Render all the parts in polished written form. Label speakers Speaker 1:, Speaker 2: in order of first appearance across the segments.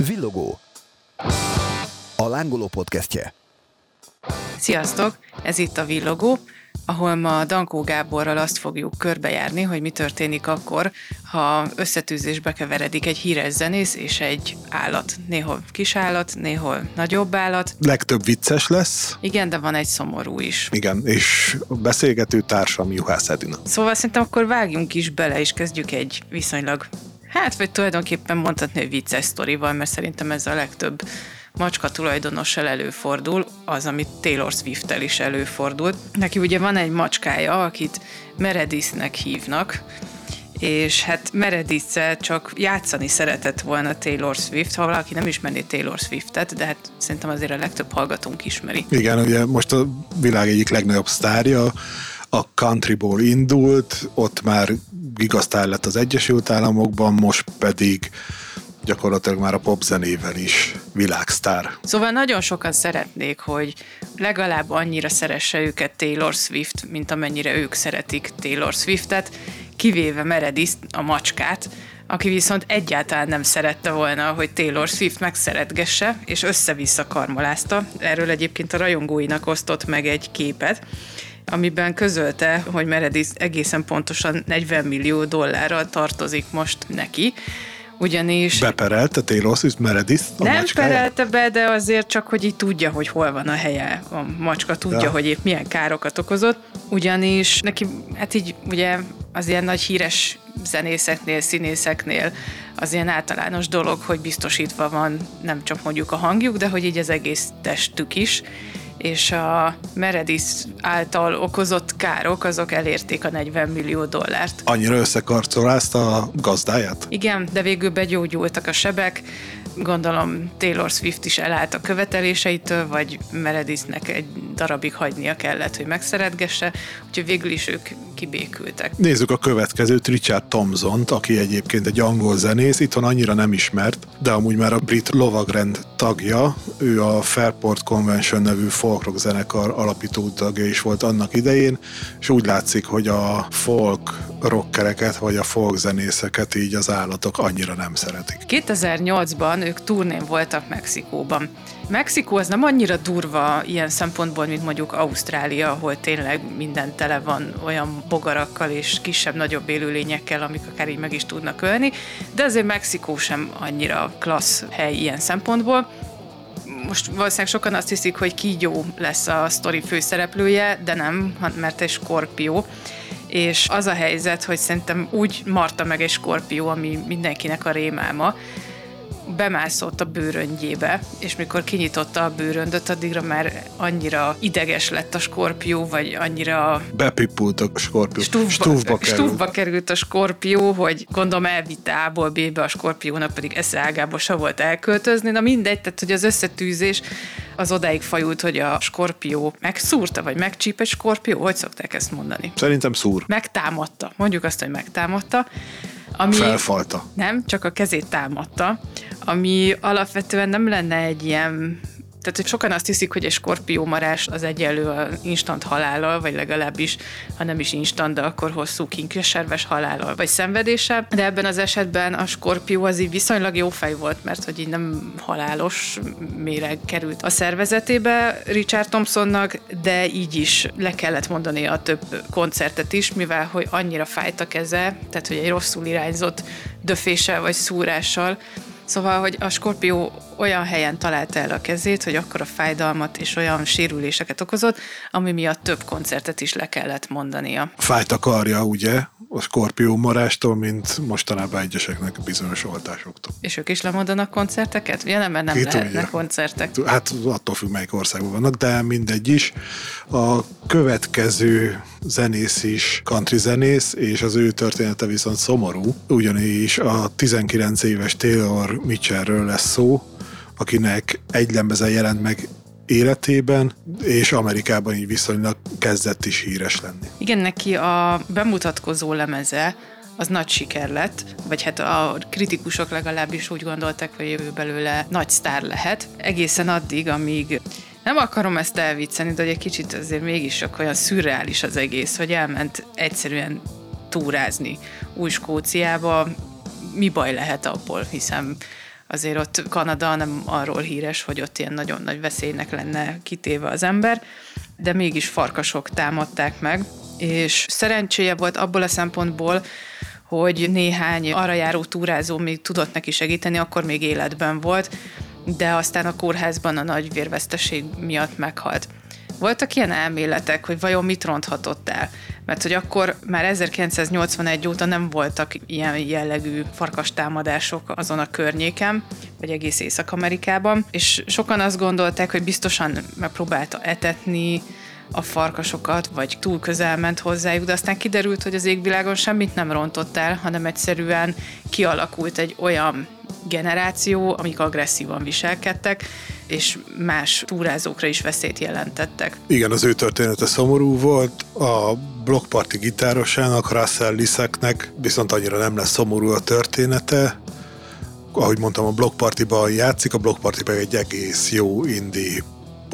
Speaker 1: Villogó. A lángoló podcastje.
Speaker 2: Sziasztok! Ez itt a Villogó, ahol ma Dankó Gáborral azt fogjuk körbejárni, hogy mi történik akkor, ha összetűzésbe keveredik egy híres zenész és egy állat. Néhol kis állat, néhol nagyobb állat.
Speaker 3: Legtöbb vicces lesz.
Speaker 2: Igen, de van egy szomorú is.
Speaker 3: Igen, és a beszélgető társam Juhász Edina.
Speaker 2: Szóval szerintem akkor vágjunk is bele, és kezdjük egy viszonylag, vagy tulajdonképpen mondhatni, hogy vicces sztorival, mert szerintem ez a legtöbb macska tulajdonossal előfordul, az, amit Taylor Swift-tel is előfordult. Neki ugye van egy macskája, akit Meredithnek hívnak, és hát Meredith-szel csak játszani szeretett volna Taylor Swift, ha valaki nem ismerné Taylor Swiftet, de hát szerintem azért a legtöbb hallgatónk ismeri.
Speaker 3: Igen, ugye most a világ egyik legnagyobb sztárja, a countryból indult, ott már gigasztár lett az Egyesült Államokban, most pedig gyakorlatilag már a popzenével is világsztár.
Speaker 2: Szóval nagyon sokan szeretnék, hogy legalább annyira szeresse őket Taylor Swift, mint amennyire ők szeretik Taylor Swiftet, kivéve Meredith, a macskát, aki viszont egyáltalán nem szerette volna, hogy Taylor Swift megszeretgesse, és össze-vissza karmolázta. Erről egyébként a rajongóinak osztott meg egy képet, amiben közölte, hogy Meredith egészen pontosan $40 millió tartozik most neki, ugyanis...
Speaker 3: Beperelte Taylor Swift Meredith a
Speaker 2: nem
Speaker 3: macskája?
Speaker 2: perelte be, de azért csak, hogy így tudja, hogy hol van a helye. A macska tudja, hogy épp milyen károkat okozott, ugyanis neki, hát így ugye az ilyen nagy híres zenészeknél, színészeknél az ilyen általános dolog, hogy biztosítva van nem csak mondjuk a hangjuk, de hogy így az egész testük is, és a Meredith által okozott károk, azok elérték a $40 millió.
Speaker 3: Annyira összekarcolázta a gazdáját?
Speaker 2: Igen, de végül begyógyultak a sebek. Gondolom Taylor Swift is elállt a követeléseitől, vagy Meredithnek egy darabig hagynia kellett, hogy megszeretgesse, úgyhogy végül is ők kibékültek.
Speaker 3: Nézzük a következőt, Richard Thompsont, aki egyébként egy angol zenész, itthon annyira nem ismert, de amúgy már a brit lovagrend tagja, ő a Fairport Convention nevű folk rock zenekar alapító tagja is volt annak idején, és úgy látszik, hogy a folk rockereket, vagy a folk zenészeket így az állatok annyira nem szeretik.
Speaker 2: 2008-ban ők turnén voltak Mexikóban. Mexikó az nem annyira durva ilyen szempontból, mint mondjuk Ausztrália, ahol tényleg minden tele van olyan bogarakkal és kisebb-nagyobb élőlényekkel, amik akár így meg is tudnak ölni, de azért Mexikó sem annyira klassz hely ilyen szempontból. Most valószínűleg sokan azt hiszik, hogy kígyó lesz a sztori főszereplője, de nem, mert egy skorpió. És az a helyzet, hogy szerintem úgy marta meg egy skorpió, ami mindenkinek a rémálma, bemászott a bőröngyébe, és mikor kinyitotta a bőröndöt, addigra már annyira ideges lett a skorpió, vagy annyira...
Speaker 3: Bepipult a skorpió.
Speaker 2: Stúfba került a skorpió, hogy gondolom elvitte A-ból B-be, a skorpiónak pedig esze se volt elköltözni. Na mindegy, tehát hogy az összetűzés az odáig fajult, hogy a skorpió megszúrta, vagy megcsíp egy skorpió? Hogy szokták ezt mondani?
Speaker 3: Szerintem szúr.
Speaker 2: Megtámadta. Mondjuk azt, hogy megtámadta.
Speaker 3: Ami felfalta.
Speaker 2: Nem, csak a kezét támadta, ami alapvetően nem lenne egy ilyen... Tehát, hogy sokan azt hiszik, hogy egy skorpiómarás az egyenlő a instant halállal, vagy legalábbis, ha nem is instant, de akkor hosszú kinkeserves halállal, vagy szenvedéssel. De ebben az esetben a skorpió az így viszonylag jó fej volt, mert hogy így nem halálos méreg került a szervezetébe Richard Thompsonnak, de így is le kellett mondani a több koncertet is, mivel hogy annyira fájt a keze, tehát hogy egy rosszul irányzott döféssel vagy szúrással. Szóval, hogy a skorpió olyan helyen találta el a kezét, hogy akkora fájdalmat és olyan sérüléseket okozott, ami miatt több koncertet is le kellett mondania.
Speaker 3: Fájt a karja, ugye, a skorpió marástól, mint mostanában egyeseknek bizonyos oltásoktól.
Speaker 2: És ők is lemondanak koncerteket? Ugye nem, mert nem lehetnek koncertek.
Speaker 3: Hát attól függ, melyik országban vannak, de mindegy is. A következő zenész is country zenész, és az ő története viszont szomorú, ugyanis a 19 éves Taylor Mitchellről lesz szó, akinek egy lemezen jelent meg életében, és Amerikában így viszonylag kezdett is híres lenni.
Speaker 2: Igen, neki a bemutatkozó lemeze az nagy siker lett, vagy hát a kritikusok legalábbis úgy gondolták, hogy jövő belőle nagy sztár lehet. Egészen addig, amíg nem akarom ezt elvicceni, de egy kicsit azért mégis csak olyan szürreális az egész, hogy elment egyszerűen túrázni Új-Skóciába. Mi baj lehet abból, hiszen azért ott Kanada nem arról híres, hogy ott ilyen nagyon nagy veszélynek lenne kitéve az ember, de mégis farkasok támadták meg, és szerencséje volt abból a szempontból, hogy néhány arra járó túrázó még tudott neki segíteni, akkor még életben volt, de aztán a kórházban a nagy vérveszteség miatt meghalt. Voltak ilyen elméletek, hogy vajon mit ronthatott el? Mert hogy akkor már 1981 óta nem voltak ilyen jellegű farkastámadások azon a környéken, vagy egész Észak-Amerikában, és sokan azt gondolták, hogy biztosan megpróbálta etetni a farkasokat, vagy túl közel ment hozzájuk, de aztán kiderült, hogy az égvilágon semmit nem rontott el, hanem egyszerűen kialakult egy olyan generáció, amik agresszívan viselkedtek, és más túrázókra is veszélyt jelentettek.
Speaker 3: Igen, az ő története szomorú volt, a blokkparti gitárosának, Russell Lissacknek viszont annyira nem lesz szomorú a története. Ahogy mondtam, a blokkpartiban játszik, a blokkparti pedig egy egész jó indie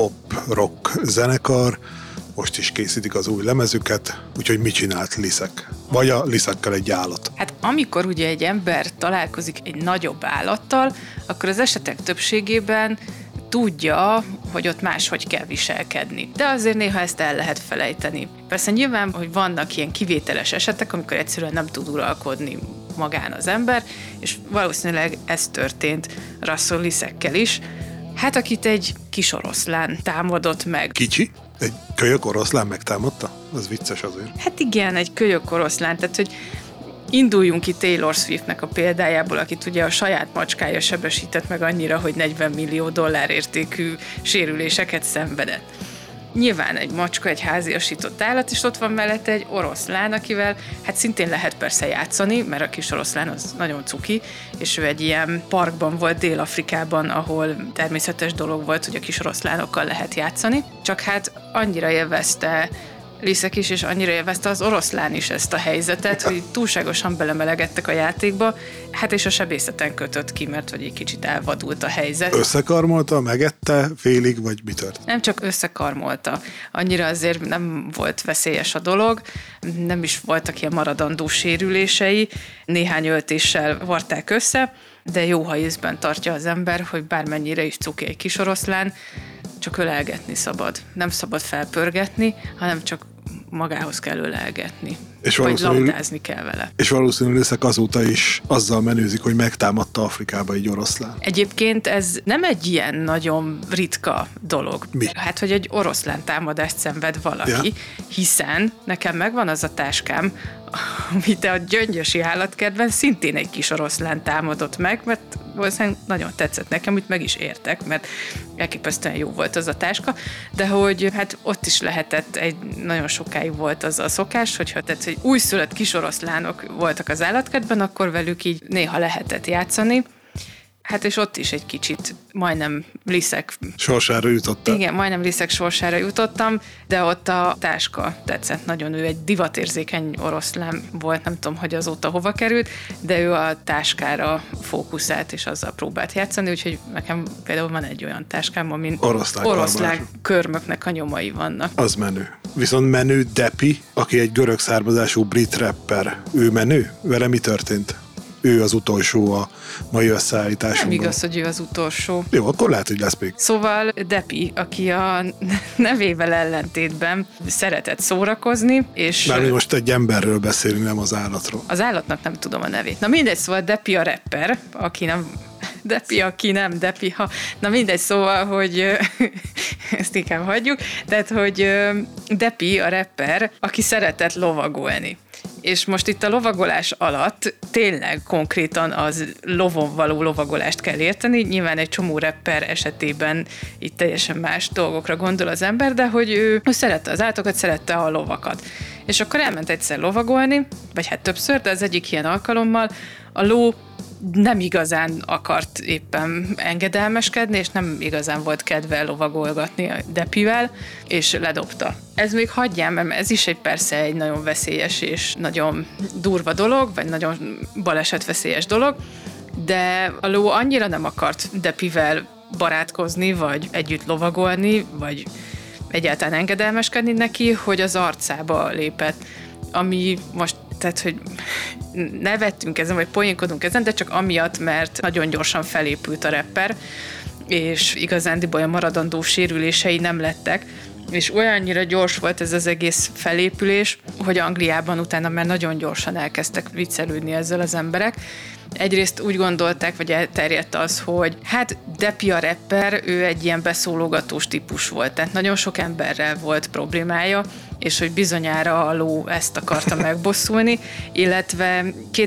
Speaker 3: pop-rock zenekar, most is készítik az új lemezüket, úgyhogy mit csinált Lissack? Vagy a Lissackkal egy állat?
Speaker 2: Hát amikor ugye egy ember találkozik egy nagyobb állattal, akkor az esetek többségében tudja, hogy ott máshogy kell viselkedni. De azért néha ezt el lehet felejteni. Persze nyilván, hogy vannak ilyen kivételes esetek, amikor egyszerűen nem tud uralkodni magán az ember, és valószínűleg ez történt Russell Lissackkel is. Hát akit egy kis oroszlán támadott meg.
Speaker 3: Kicsi? Egy kölyök oroszlán megtámadta? Az vicces azért.
Speaker 2: Hát igen, egy kölyök oroszlán, tehát hogy induljunk ki Taylor Swiftnek a példájából, akit ugye a saját macskája sebesített meg annyira, hogy $40 millió értékű sérüléseket szenvedett. Nyilván egy macska, egy háziasított állat, és ott van mellette egy oroszlán, akivel hát szintén lehet persze játszani, mert a kis oroszlán az nagyon cuki, és ő egy ilyen parkban volt Dél-Afrikában, ahol természetes dolog volt, hogy a kis oroszlánokkal lehet játszani, csak hát annyira élvezte Lissack is, és annyira élvezte az oroszlán is ezt a helyzetet, hogy túlságosan belemelegedtek a játékba, hát és a sebészeten kötött ki, mert hogy egy kicsit elvadult a helyzet.
Speaker 3: Összekarmolta, megette félig, vagy mi tört?
Speaker 2: Nem csak összekarmolta. Annyira azért nem volt veszélyes a dolog, nem is voltak ilyen maradandó sérülései, néhány öltéssel varták össze, de jó, ha észben tartja az ember, hogy bármennyire is cuki egy kis oroszlán, csak ölelgetni szabad. Nem szabad felpörgetni, hanem csak magához kell ölelgetni. Vagy labdázni kell vele.
Speaker 3: És valószínűleg Lissack azóta is azzal menőzik, hogy megtámadta Afrikába egy oroszlán.
Speaker 2: Egyébként ez nem egy ilyen nagyon ritka dolog.
Speaker 3: Mi?
Speaker 2: Hát, hogy egy oroszlán támadást szenved valaki, hiszen nekem megvan az a táskám, amit a Gyöngyösi állatkertben szintén egy kis oroszlán támadott meg, mert valószínűleg nagyon tetszett nekem, amit meg is értek, mert elképesztően jó volt az a táska, de hogy hát ott is lehetett, nagyon sokáig volt az a szokás, hogyha tehát, hogy újszülött kis oroszlánok voltak az állatkertben, akkor velük így néha lehetett játszani. Hát és ott is egy kicsit majdnem Lissack
Speaker 3: sorsára jutottam.
Speaker 2: Igen, majdnem Lissack sorsára jutottam, de ott a táska tetszett nagyon. Ő egy divatérzékeny oroszlán volt, nem tudom, hogy azóta hova került, de ő a táskára fókuszált, és azzal próbált játszani, úgyhogy nekem például van egy olyan táskám, amin oroszlán körmöknek a nyomai vannak. Az
Speaker 3: menő. Viszont menő Depi, aki egy görög származású brit rapper. Ő menő? Vele mi történt? Ő az utolsó a mai összeállításunkban.
Speaker 2: Nem igaz, hogy ő az utolsó.
Speaker 3: Jó, akkor lehet, hogy lesz még.
Speaker 2: Szóval Depi, aki a nevével ellentétben szeretett szórakozni, és...
Speaker 3: Már mi most egy emberről beszélünk, nem az állatról.
Speaker 2: Az állatnak nem tudom a nevét. Na mindegy, szóval Depi a rapper, aki nem... Depi, aki nem Depi, ha... Na mindegy, szóval, hogy ezt inkább hagyjuk. Tehát, hogy Depi a rapper, aki szeretett lovagolni. És most itt a lovagolás alatt tényleg konkrétan az lovon való lovagolást kell érteni. Nyilván egy csomó rapper esetében itt teljesen más dolgokra gondol az ember, de hogy ő szerette az állatokat, szerette a lovakat. És akkor elment egyszer lovagolni, vagy hát többször, de az egyik ilyen alkalommal a ló nem igazán akart éppen engedelmeskedni, és nem igazán volt kedve lovagolgatni a Depivel, és ledobta. Ez még hagyján, mert ez is persze egy nagyon veszélyes és nagyon durva dolog, vagy nagyon balesetveszélyes dolog, de a ló annyira nem akart Depivel barátkozni, vagy együtt lovagolni, vagy egyáltalán engedelmeskedni neki, hogy az arcába lépett, ami most tehát, hogy nevettünk ezen, vagy poénkodunk ezen, de csak amiatt, mert nagyon gyorsan felépült a rapper, és igazándiból a maradandó sérülései nem lettek, és olyannyira gyors volt ez az egész felépülés, hogy Angliában utána már nagyon gyorsan elkezdtek viccelődni ezzel az emberek. Egyrészt úgy gondolták, vagy elterjedt az, hogy hát Depi a rapper, ő egy ilyen beszólogatós típus volt, tehát nagyon sok emberrel volt problémája, és hogy bizonyára a ló ezt akarta megbosszulni, illetve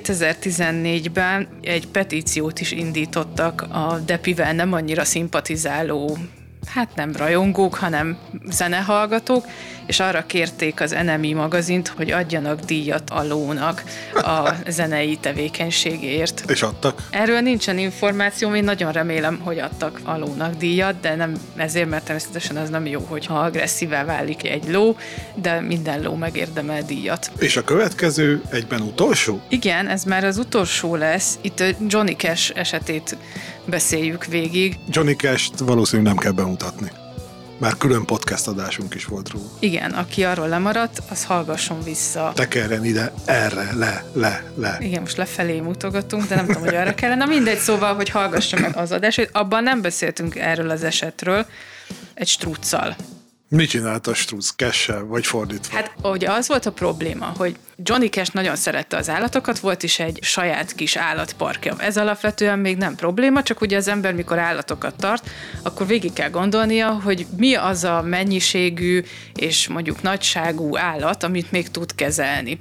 Speaker 2: 2014-ben egy petíciót is indítottak a Depivel nem annyira szimpatizáló, hát nem rajongók, hanem zenehallgatók, és arra kérték az NME magazint, hogy adjanak díjat a lónak a zenei tevékenységért.
Speaker 3: És adtak?
Speaker 2: Erről nincsen információm, én nagyon remélem, hogy adtak a lónak díjat, de nem ezért, mert természetesen az nem jó, hogyha agresszívá válik egy ló, de minden ló megérdemel díjat.
Speaker 3: És a következő egyben utolsó?
Speaker 2: Igen, ez már az utolsó lesz. Itt Johnny Cash esetét beszéljük végig.
Speaker 3: Johnny Cash-t valószínűleg nem kell bemutatni. Már külön podcast adásunk is volt róla.
Speaker 2: Igen, aki arról lemaradt, az hallgasson vissza.
Speaker 3: Tekerjen ide, erre, le.
Speaker 2: Igen, most lefelé mutogatunk, de nem tudom, hogy arra kellene. Na mindegy, szóval, hogy hallgassa meg az adást. Abban nem beszéltünk erről az esetről, egy struccal.
Speaker 3: Mit csinált a struc? Cash-sel, vagy fordítva?
Speaker 2: Hát ugye az volt a probléma, hogy Johnny Cash nagyon szerette az állatokat, volt is egy saját kis állatparkja. Ez alapvetően még nem probléma, csak ugye az ember, mikor állatokat tart, akkor végig kell gondolnia, hogy mi az a mennyiségű és mondjuk nagyságú állat, amit még tud kezelni.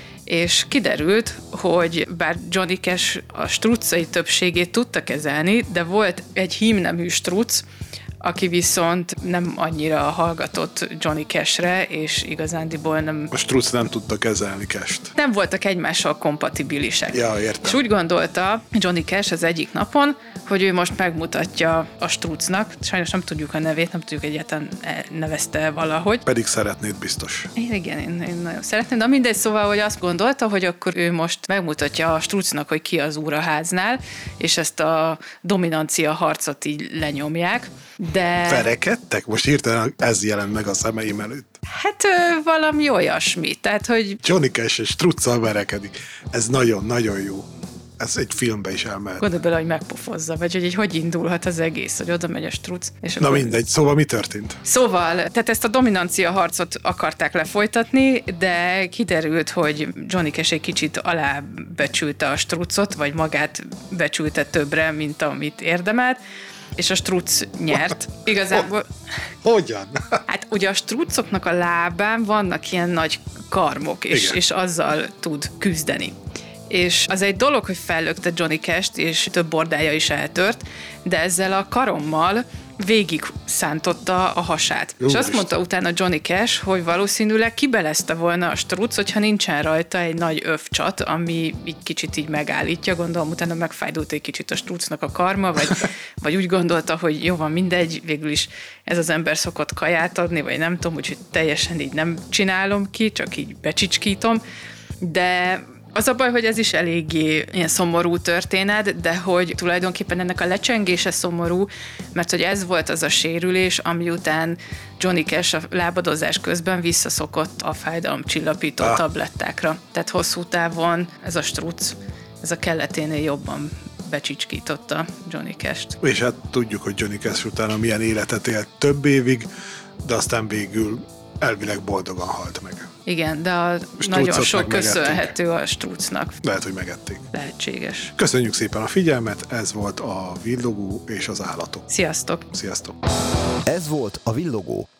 Speaker 2: És kiderült, hogy bár Johnny Cash a struccai többségét tudta kezelni, de volt egy hímnemű struc, aki viszont nem annyira hallgatott Johnny Cash-re, és igazándiból nem...
Speaker 3: A struc nem tudta kezelni Cash-t.
Speaker 2: Nem voltak egymással kompatibilisek.
Speaker 3: Ja, értem.
Speaker 2: És úgy gondolta Johnny Cash az egyik napon, hogy ő most megmutatja a strucnak, sajnos nem tudjuk a nevét, nem tudjuk egyáltalán nevezte valahogy.
Speaker 3: Pedig szeretnéd biztos.
Speaker 2: Igen, én nagyon szeretném, de mindegy, szóval, hogy azt gondolta, hogy akkor ő most megmutatja a strucnak, hogy ki az úr a háznál, és ezt a dominancia harcot így lenyomják. De...
Speaker 3: Verekedtek? Most hirtelen ez jelent meg a szemeim előtt.
Speaker 2: Hát valami olyasmi, tehát hogy...
Speaker 3: Johnny Cash és struccal verekedik. Ez nagyon-nagyon jó. Ez egy filmbe is elmehet.
Speaker 2: Gondolj bele, hogy megpofozza, vagy hogy indulhat az egész, hogy oda megy a struc. És
Speaker 3: na mindegy, szóval mi történt?
Speaker 2: Szóval, tehát ezt a dominancia harcot akarták lefolytatni, de kiderült, hogy Johnny Cash egy kicsit alábecsülte a strucot, vagy magát becsülte többre, mint amit érdemelt, és a struc nyert. Igazából...
Speaker 3: Hogyan?
Speaker 2: Hát ugye a strucoknak a lábán vannak ilyen nagy karmok, és azzal tud küzdeni. És az egy dolog, hogy fellökte Johnny Cash-t, és több bordája is eltört, de ezzel a karommal végig szántotta a hasát. És azt mondta utána Johnny Cash, hogy valószínűleg kibelezte volna a struc, hogyha nincsen rajta egy nagy övcsat, ami így kicsit így megállítja. Gondolom, utána megfájdult egy kicsit a strucnak a karma, vagy úgy gondolta, hogy jó van, mindegy, végül is ez az ember szokott kaját adni, vagy nem tudom, úgyhogy teljesen így nem csinálom ki, csak így becsicskítom. De az a baj, hogy ez is eléggé ilyen szomorú történet, de hogy tulajdonképpen ennek a lecsengése szomorú, mert hogy ez volt az a sérülés, ami után Johnny Cash a lábadozás közben visszaszokott a fájdalomcsillapító tablettákra. Tehát hosszú távon ez a struc, ez a kelleténél jobban becsicskította Johnny Cash-t.
Speaker 3: És hát tudjuk, hogy Johnny Cash utána milyen életet élt több évig, de aztán végül elvileg boldogan halt meg.
Speaker 2: Igen, de nagyon sok köszönhető a strucnak.
Speaker 3: Lehet, hogy megették.
Speaker 2: Lehetséges.
Speaker 3: Köszönjük szépen a figyelmet, ez volt a Villogó és az állatok.
Speaker 2: Sziasztok!
Speaker 3: Sziasztok!
Speaker 1: Ez volt a Villogó.